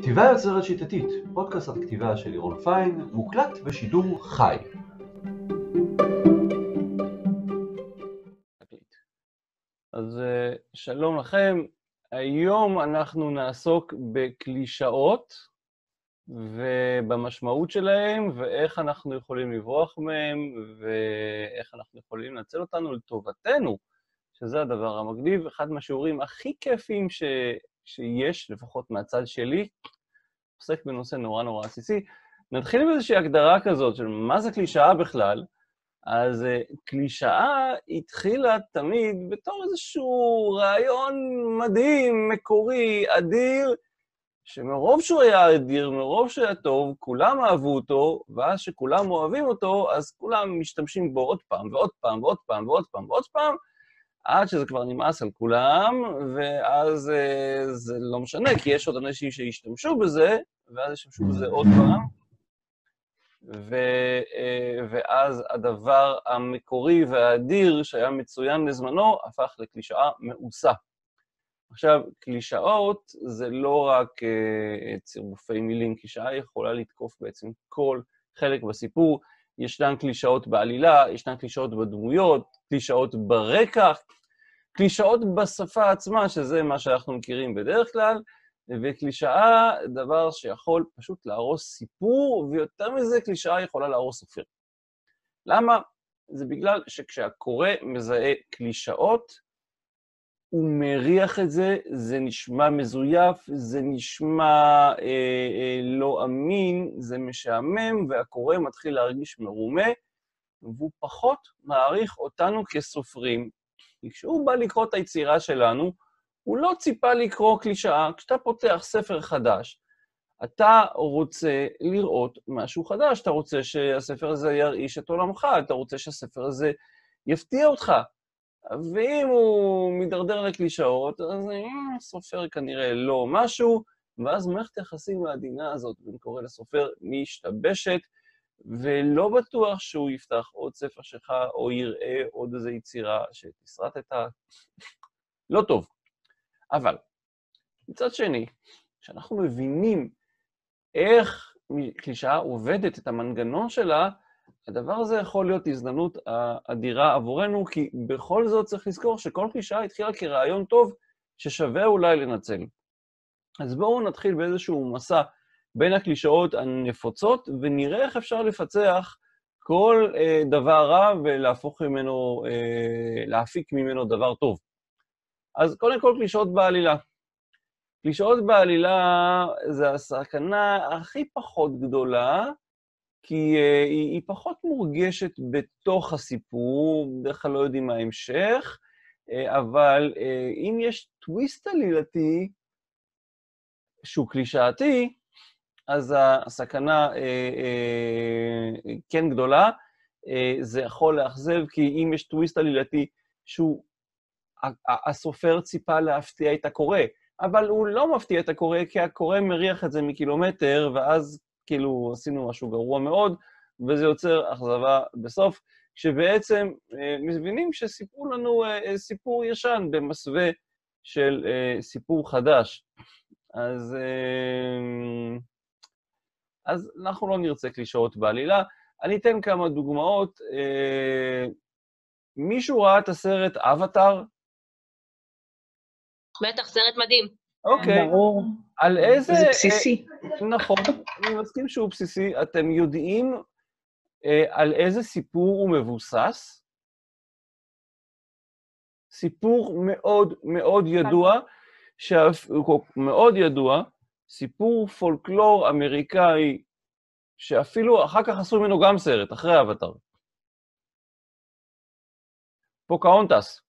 כתיבה יוצרת שיטתית, פודקאסט על כתיבה של לירון פיין, מוקלט בשידור חי. אז שלום לכם, היום אנחנו נעסוק בקלישאות ובמשמעות שלהם ואיך אנחנו יכולים לברוח מהם ואיך אנחנו יכולים לנצל אותנו לטובתנו, שזה הדבר המגניב. אחד מהשיעורים הכי כיפים שיש, לפחות מהצד שלי, עוסק בנושא נורא עסיסי. נתחיל עם איזושהי הגדרה כזאת של מה זה קלישאה בכלל. אז קלישאה התחילה תמיד בתור איזשהו רעיון מדהים, מקורי, אדיר, שמרוב שהוא היה אדיר, מרוב שהיה טוב, כולם אהבו אותו, ואז שכולם אוהבים אותו, אז כולם משתמשים בו עוד פעם, ועוד פעם, ועוד פעם, ועוד פעם, ועוד פעם, עד שזה כבר נמאס על כולם, ואז זה לא משנה, כי יש עוד אנשים שישתמשו בזה, ואז ישתמשו בזה עוד פעם, ואז הדבר המקורי והאדיר שהיה מצוין לזמנו, הפך לקלישאה מאוסה. עכשיו, קלישאות זה לא רק צירופי מילים, קלישאה יכולה לתקוף בעצם כל חלק בסיפור. ישנן קלישאות בעלילה, ישנן קלישאות בדמויות, קלישאות ברקע, קלישאות בשפה עצמה, שזה מה שאנחנו מכירים בדרך כלל, וקלישאה דבר שיכול פשוט להרוס סיפור, ויותר מזה קלישאה יכולה להרוס סופר. למה? זה בגלל שכשהקורא מזהה קלישאות, הוא מריח את זה, זה נשמע מזויף, זה נשמע לא אמין, זה משעמם, והקורא מתחיל להרגיש מרומה, והוא פחות מעריך אותנו כסופרים. כי כשהוא בא לקרוא את היצירה שלנו, הוא לא ציפה לקרוא קלישאה. כשאתה פותח ספר חדש, אתה רוצה לראות משהו חדש, אתה רוצה שהספר הזה ירעיש את עולמך, אתה רוצה שהספר הזה יפתיע אותך. ואם הוא מדרדר לקלישאות, אז סופר כנראה לא משהו, ואז מערכת היחסים העדינה הזאת בין קורא לסופר משתבשת, ולא בטוח שהוא יפתח עוד ספר שלך, או יראה עוד איזו יצירה שתסרטת. לא טוב. אבל, מצד שני, כשאנחנו מבינים איך קלישאה עובדת את המנגנון שלה, הדבר הזה יכול להיות הזדמנות אדירה עבורנו, כי בכל זאת צריך לזכור שכל קלישאה התחילה כרעיון טוב ששווה אולי לנצל. אז בואו נתחיל באיזשהו מסע בין הקלישאות הנפוצות, ונראה איך אפשר לפצח כל דבר רע ולהפוך ממנו, להפיק ממנו דבר טוב. אז קודם כל קלישאות בעלילה. קלישאות בעלילה זה הסכנה הכי פחות גדולה, כי היא פחות מורגשת בתוך הסיפור, בדרך כלל לא יודעים מה ההמשך, אבל אם יש טוויסט עלילתי שהוא קלישאתי, אז הסכנה כן גדולה. זה יכול לאכזב, כי אם יש טוויסט עלילתי שהוא הסופר ציפה להפתיע את הקורא, אבל הוא לא מפתיע את הקורא, כי הקורא מריח את זה מקילומטר, ואז כאילו עשינו משהו גרוע מאוד, וזה יוצר אכזבה בסוף, כשבעצם מבינים שסיפרו לנו סיפור ישן במסווה של סיפור חדש. אז אנחנו לא נרצה קלישאות בעלילה. אני אתן כמה דוגמאות. מישהו ראה את הסרט אבטאר? בטח, סרט מדהים. אוקיי. ברור. על איזה... זה בסיסי. נכון, אני מסכים שהוא בסיסי. אתם יודעים על איזה סיפור הוא מבוסס? סיפור מאוד ידוע, מאוד ידוע, סיפור פולקלור אמריקאי, שאפילו אחר כך עשו ממנו גם סרט, אחרי אבטאר. פוקהונטס.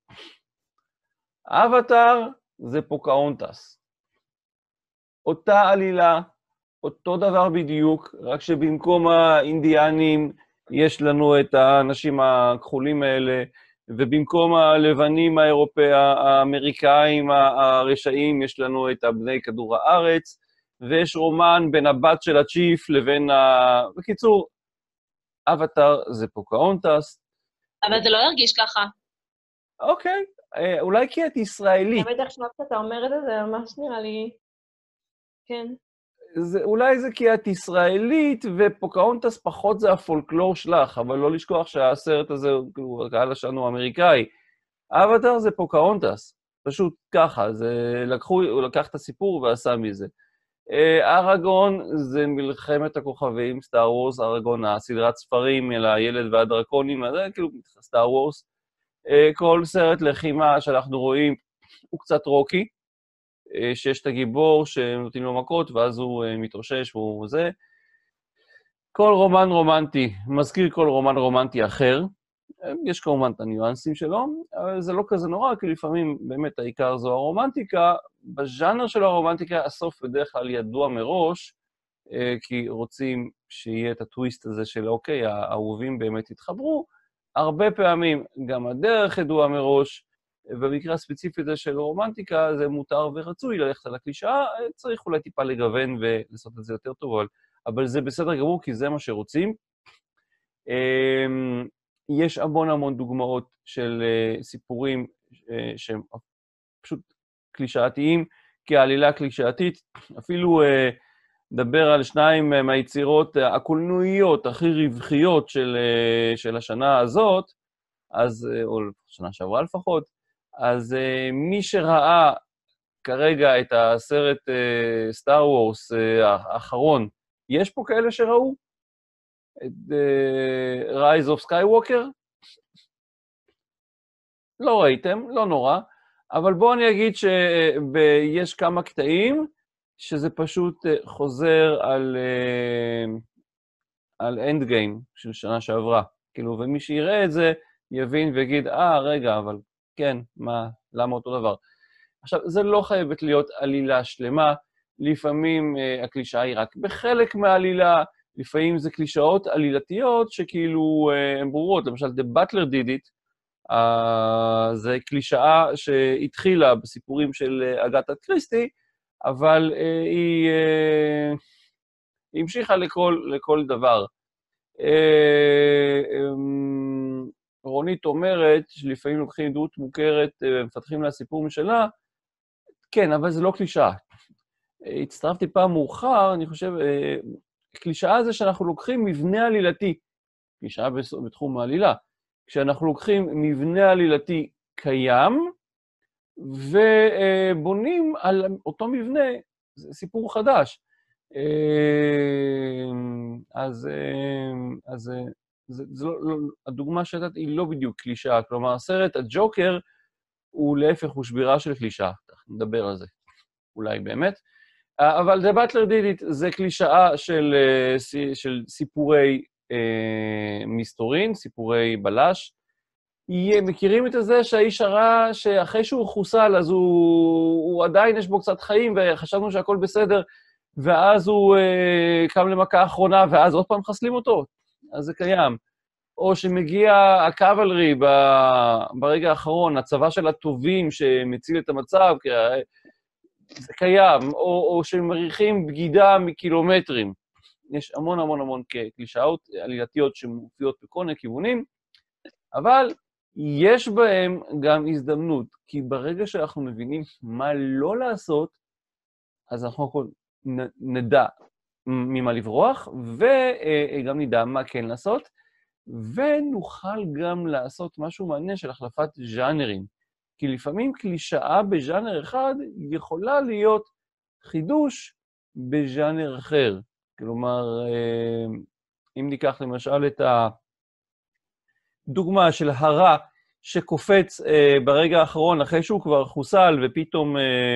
אבטאר זה פוקהונטס. אותה עלילה, אותו דבר בדיוק, רק שבמקום האינדיאנים יש לנו את האנשים הכחולים האלה, ובמקום הלבנים האמריקאים הרשעים יש לנו את הבני כדור הארץ, ויש רומן בין הבת של הצ'יף לבין בקיצור, אבטאר זה פוקהונטס. אבל זה לא ירגיש ככה. אוקיי, אולי כי את ישראלית. האמת עכשיו שאתה אומר את זה, ממש נראה לי... כן. אולי זה כי את ישראלית, ופוקהונטס פחות זה הפולקלור שלך, אבל לא לשכוח שהסרט הזה, כאילו, הקהל שלנו הוא אמריקאי. אבטר זה פוקהונטס, פשוט ככה, הוא לקח את הסיפור ועשה מזה. אראגון זה מלחמת הכוכבים, סטאר וורס, אראגון, הסדרת ספרים, אלא הילד והדרקונים, זה כאילו סטאר וורס. כל סרט לחימה שאנחנו רואים הוא קצת רוקי, שיש את הגיבור שנותנים לו מכות, ואז הוא מתאושש והוא זה. כל רומן רומנטי, מזכיר כל רומן רומנטי אחר, יש כמובן את הניואנסים שלו, אבל זה לא כזה נורא, כי לפעמים באמת העיקר זו הרומנטיקה. בז'אנר של הרומנטיקה הסוף בדרך כלל ידוע מראש, כי רוצים שיהיה את הטוויסט הזה של אוקיי, האהובים באמת יתחברו. הרבה פעמים גם הדרך ידועה מראש, ובמקרה הספציפי הזה של רומנטיקה זה מותר ורצוי ללכת על הקלישאה, צריך אולי טיפה לגוון ולעשות את זה יותר טוב, אבל זה בסדר גמור, כי זה מה שרוצים. יש המון דוגמאות של סיפורים שהם פשוט קלישאתיים, כי העלילה קלישאתית, אפילו נדבר על שניים מהיצירות הקולנועיות הכי רווחיות של השנה הזאת, או שנה שעברה לפחות, אז מי שראה כרגע את הסרט סטאר וורס האחרון, יש פה כאלה שראו? את Rise of Skywalker? לא ראיתם, לא נורא, אבל בואו אני אגיד שיש כמה קטעים שזה פשוט חוזר על אנד גיים של שנה שעברה. כאילו, ומי שיראה את זה יבין ויגיד, רגע, אבל כן, למה אותו דבר? עכשיו, זה לא חייבת להיות עלילה שלמה, לפעמים הקלישאה היא רק בחלק מהעלילה, לפעמים זה קלישאות עלילתיות שכאילו הן ברורות, למשל, The Butler Did It, זה קלישאה שהתחילה בסיפורים של אגתה קריסטי, אבל היא המשיכה לכל דבר. רונית אומרת שלפעמים לוקחים דמות מוכרת ומפתחים לה סיפור משלה, כן, אבל זה לא קלישאה. הצטרפתי פעם מאוחר, אני חושב, קלישאה זה שאנחנו לוקחים מבנה עלילתי, קלישאה בתחום העלילה, כשאנחנו לוקחים מבנה עלילתי קיים, ובונים על אותו מבנה, זה סיפור חדש. אז הדוגמה שהייתה היא לא בדיוק קלישאה, כלומר, הסרט הג'וקר הוא להפך, הוא שבירה של קלישאה, נדבר על זה, אולי באמת. אבל The Butler Did It זה קלישאה של סיפורי מסתורין, סיפורי בלש. מכירים את זה שהאיש הרע, שאחרי שהוא חוסל, אז הוא עדיין יש בו קצת חיים, וחשבנו שהכל בסדר, ואז הוא קם למכה האחרונה, ואז עוד פעם חסלים אותו. אז זה קיים. או שמגיע הקאבלרי ברגע האחרון, הצבא של הטובים שמציל את המצב, זה קיים, או שמריחים בגידה מקילומטרים. יש המון קלישאות עלילתיות שמופיעות בכל מיני כיוונים, אבל יש בהם גם הזדמנות, כי ברגע שאנחנו מבינים מה לא לעשות, אז אנחנו נדע ממה לברוח, וגם נדע מה כן לעשות, ונוכל גם לעשות משהו מעניין של החלפת ז'אנרים. כי לפעמים קלישאה בז'אנר אחד יכולה להיות חידוש בז'אנר אחר. כלומר, אם ניקח למשל את הדוגמה של הרע שקופץ ברגע האחרון, אחרי שהוא כבר חוסל ופתאום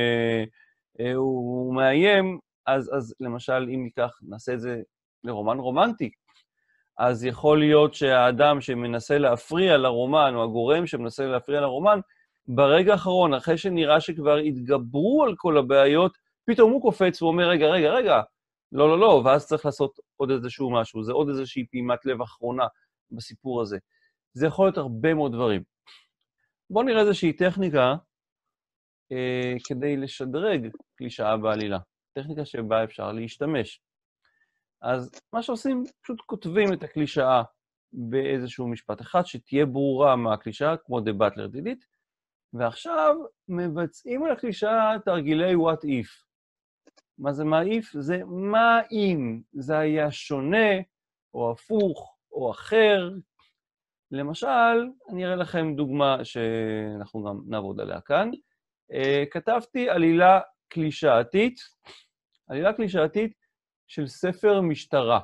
הוא מאיים, אז למשל, אם נעשה את זה לרומן רומנטי, אז יכול להיות שהאדם שמנסה להפריע לרומן, או הגורם שמנסה להפריע לרומן, ברגע האחרון, אחרי שנראה שכבר התגברו על כל הבעיות, פתאום הוא קופץ ואומר, רגע, לא, ואז צריך לעשות עוד איזשהו משהו, זה עוד איזושהי פעימת לב אחרונה בסיפור הזה. זה יכול להיות הרבה מאוד דברים. בואו נראה איזושהי טכניקה כדי לשדרג קלישאה בעלילה. טכניקה שבה אפשר להשתמש. אז מה שעושים, פשוט כותבים את הקלישאה באיזשהו משפט אחד, שתהיה ברורה מה הקלישאה, כמו The Butler Did It, ועכשיו מבצעים על הקלישאה תרגילי what if. מה זה מעיף? זה מה אם זה היה שונה, או הפוך, או אחר. למשל, אני אראה לכם דוגמה שאנחנו גם נעבוד עליה כאן. כתבתי עלילה קלישאתית של ספר משטרה.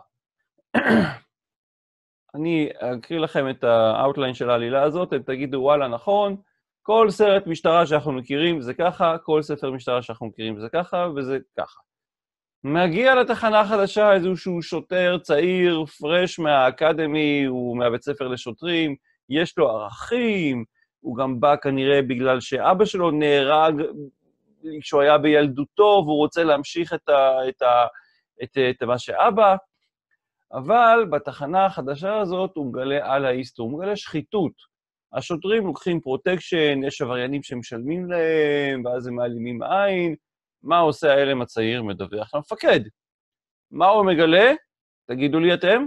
אני אקריא לכם את האוטליין של העלילה הזאת, אתם תגידו, וואלה, נכון, כל סרט משטרה שאנחנו מכירים זה ככה, כל ספר משטרה שאנחנו מכירים זה ככה, וזה ככה. מגיע לתחנה חדשה איזשהו שוטר צעיר, פרש מהאקדמי, הוא מהבית ספר לשוטרים, יש לו ערכים, הוא גם בא כנראה בגלל שאבא שלו נהרג כשהוא היה בילדותו, והוא רוצה להמשיך את מה שאבא, אבל בתחנה החדשה הזאת הוא מגלה על האיסטור, הוא מגלה שחיתות. השוטרים לוקחים פרוטקשן, יש עבריינים שמשלמים להם, ואז הם מעלימים עין. מה עושה האלם הצעיר? מדווח למפקד. מה הוא מגלה? תגידו לי אתם.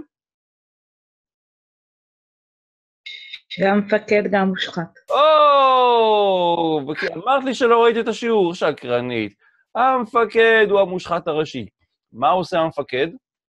שהמפקד גם מושחת. אמרת לי שלא ראית את השיעור, שקרנית. המפקד הוא המושחת הראשי. מה עושה המפקד?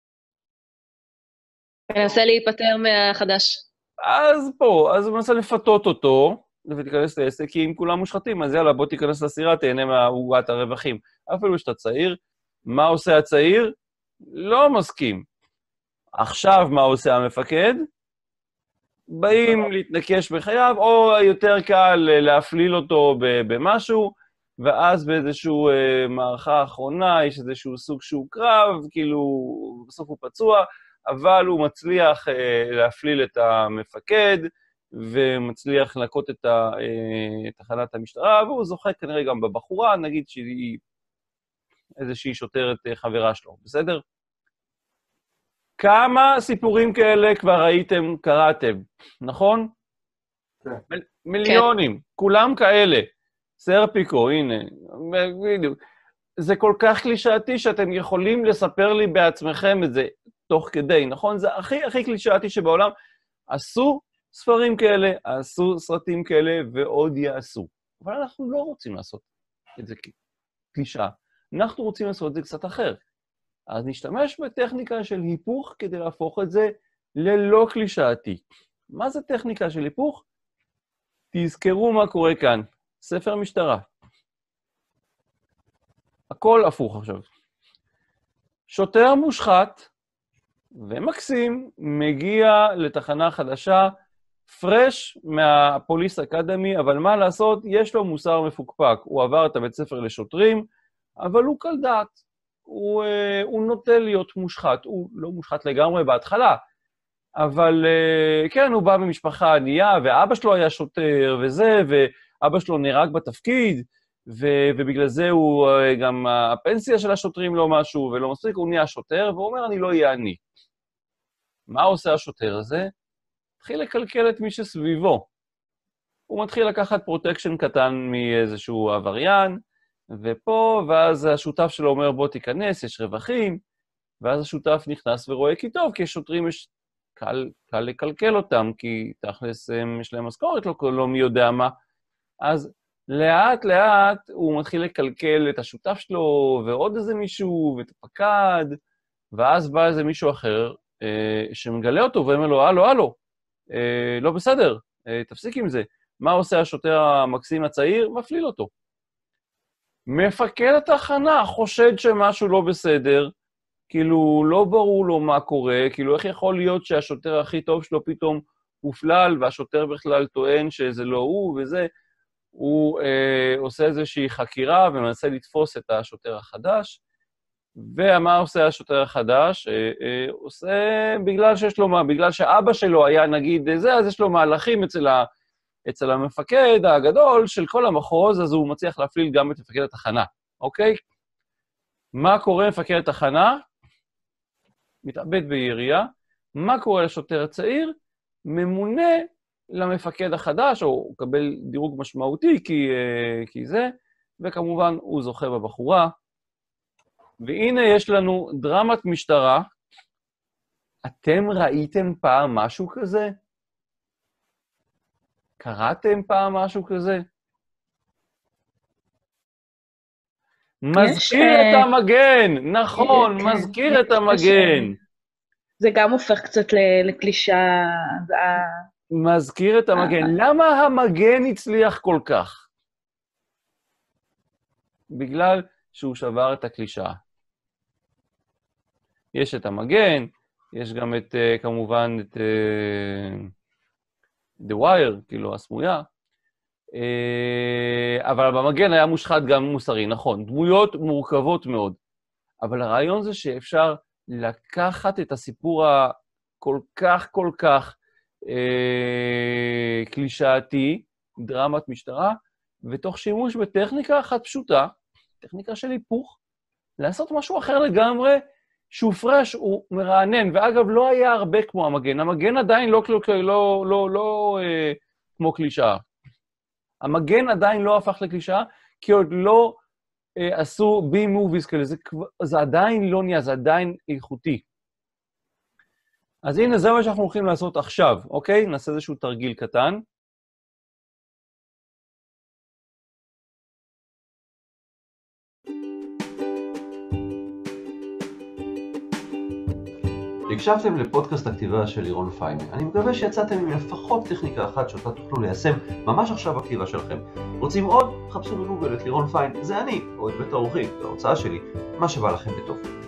מנסה להיפטר מהחדש. אז הוא מנסה לפתות אותו, ותיכנס לעסק, כי אם כולם מושחתים, אז יאללה, בוא תיכנס לסירה, תהנה מהעוגת הרווחים. אפילו שאתה צעיר, מה עושה הצעיר? לא מסכים. עכשיו מה עושה המפקד? באים להתנקש בחייו, או יותר קל להפליל אותו במשהו, ואז באיזשהו מערכה האחרונה, יש איזשהו סוג שהוא קרב, כאילו בסוף הוא פצוע, אבל הוא מצליח להפליל את המפקד, ומצליח לנקות את תחנת המשטרה, והוא זוכה כנראה גם בבחורה, נגיד שהיא איזושהי שוטרת חברה שלו, בסדר? כמה סיפורים כאלה כבר ראיתם, קראתם, נכון? כן. מיליונים, כולם כאלה. סרפיקו, הנה, בדיוק. זה כל כך קלישאתי שאתם יכולים לספר לי בעצמכם את זה תוך כדי, נכון? זה הכי קלישאתי שבעולם. עשו ספרים כאלה, עשו סרטים כאלה, ועוד יעשו. אבל אנחנו לא רוצים לעשות את זה קלישאה. אנחנו רוצים לעשות את זה קצת אחר. אז נשתמש בטכניקה של היפוך כדי להפוך את זה ללא קלישאתי. מה זה טכניקה של היפוך? תזכרו מה קורה כאן. ספר משטרה. הכל הפוך עכשיו. שוטר מושחת ומקסים מגיע לתחנה חדשה, פרש מהפוליס אקדמי, אבל מה לעשות? יש לו מוסר מפוקפק. הוא עבר את הבית ספר לשוטרים, אבל הוא קל דעת. הוא נוטה להיות מושחת. הוא לא מושחת לגמרי בהתחלה, אבל כן, הוא בא ממשפחה ענייה, ואבא שלו היה שוטר וזה, ואבא שלו נהרג בתפקיד, ובגלל זה הוא גם הפנסיה של השוטרים לא משהו, ולא מספיק, הוא נהיה שוטר, והוא אומר, אני לא אהיה עני. מה עושה השוטר הזה? מתחיל לקלקל את מי שסביבו. הוא מתחיל לקחת פרוטקשן קטן מאיזשהו עבריין, ופה, ואז השותף שלו אומר, בוא תיכנס, יש רווחים, ואז השותף נכנס ורואה כי טוב, כי שוטרים יש קל לקלקל אותם, כי תכלס יש להם משכורת, לא מי יודע מה. אז לאט לאט הוא מתחיל לקלקל את השותף שלו, ועוד איזה מישהו, ואת הפקד, ואז בא איזה מישהו אחר, שמגלה אותו ואומר לו, הלו, לא בסדר, תפסיק עם זה. מה עושה השוטר המקסים הצעיר? מפליל אותו. מפקד התחנה חושד שמשהו לא בסדר, כאילו לא ברור לו מה קורה, כאילו איך יכול להיות שהשוטר הכי טוב שלו פתאום הופלל, והשוטר בכלל טוען שזה לא הוא וזה, הוא עושה איזושהי חקירה ומנסה לתפוס את השוטר החדש, ומה עושה השוטר החדש? עושה בגלל שיש לו, בגלל שאבא שלו היה נגיד זה, אז יש לו מהלכים אצל המפקד הגדול של כל המחוז, אז הוא מצליח להפליל גם את מפקד התחנה, אוקיי? מה קורה מפקד התחנה? מתאבד בירייה. מה קורה לשוטר הצעיר? ממונה למפקד החדש, או הוא מקבל דירוג משמעותי, כי זה, וכמובן הוא זוכה בבחורה. והנה יש לנו דרמת משטרה. אתם ראיתם פעם משהו כזה? קראתם פעם משהו כזה? מזכיר את המגן, נכון, מזכיר את המגן. זה גם הופך קצת לקלישה. מזכיר את המגן. למה המגן הצליח כל כך? בגלל שהוא שבר את הקלישה. יש את המגן, יש גם את, כמובן, את The Wire, כאילו הסמויה, אבל במגן היה מושחת גם מוסרי, נכון, דמויות מורכבות מאוד. אבל הרעיון זה שאפשר לקחת את הסיפור הכל כך קלישאתי, דרמת משטרה, ותוך שימוש בטכניקה אחת פשוטה, טכניקה של היפוך, לעשות משהו אחר לגמרי, שהוא פרש, הוא מרענן, ואגב, לא היה הרבה כמו המגן. המגן עדיין לא כמו קלישאה. המגן עדיין לא הפך לקלישאה, כי עוד לא עשו בי-מוביס כאלה. זה עדיין לא נהיה, זה עדיין איכותי. אז הנה, זה מה שאנחנו הולכים לעשות עכשיו, אוקיי? נעשה איזשהו תרגיל קטן. הקשבתם לפודקאסט הכתיבה של לירון פיין. אני מקווה שיצאתם עם לפחות טכניקה אחת שאותה תוכלו ליישם ממש עכשיו בכתיבה שלכם. רוצים עוד? חפשו בגוגל את לירון פיין, זה אני, או את בית העורכים, ההוצאה שלי, מה שבא לכם בטוב.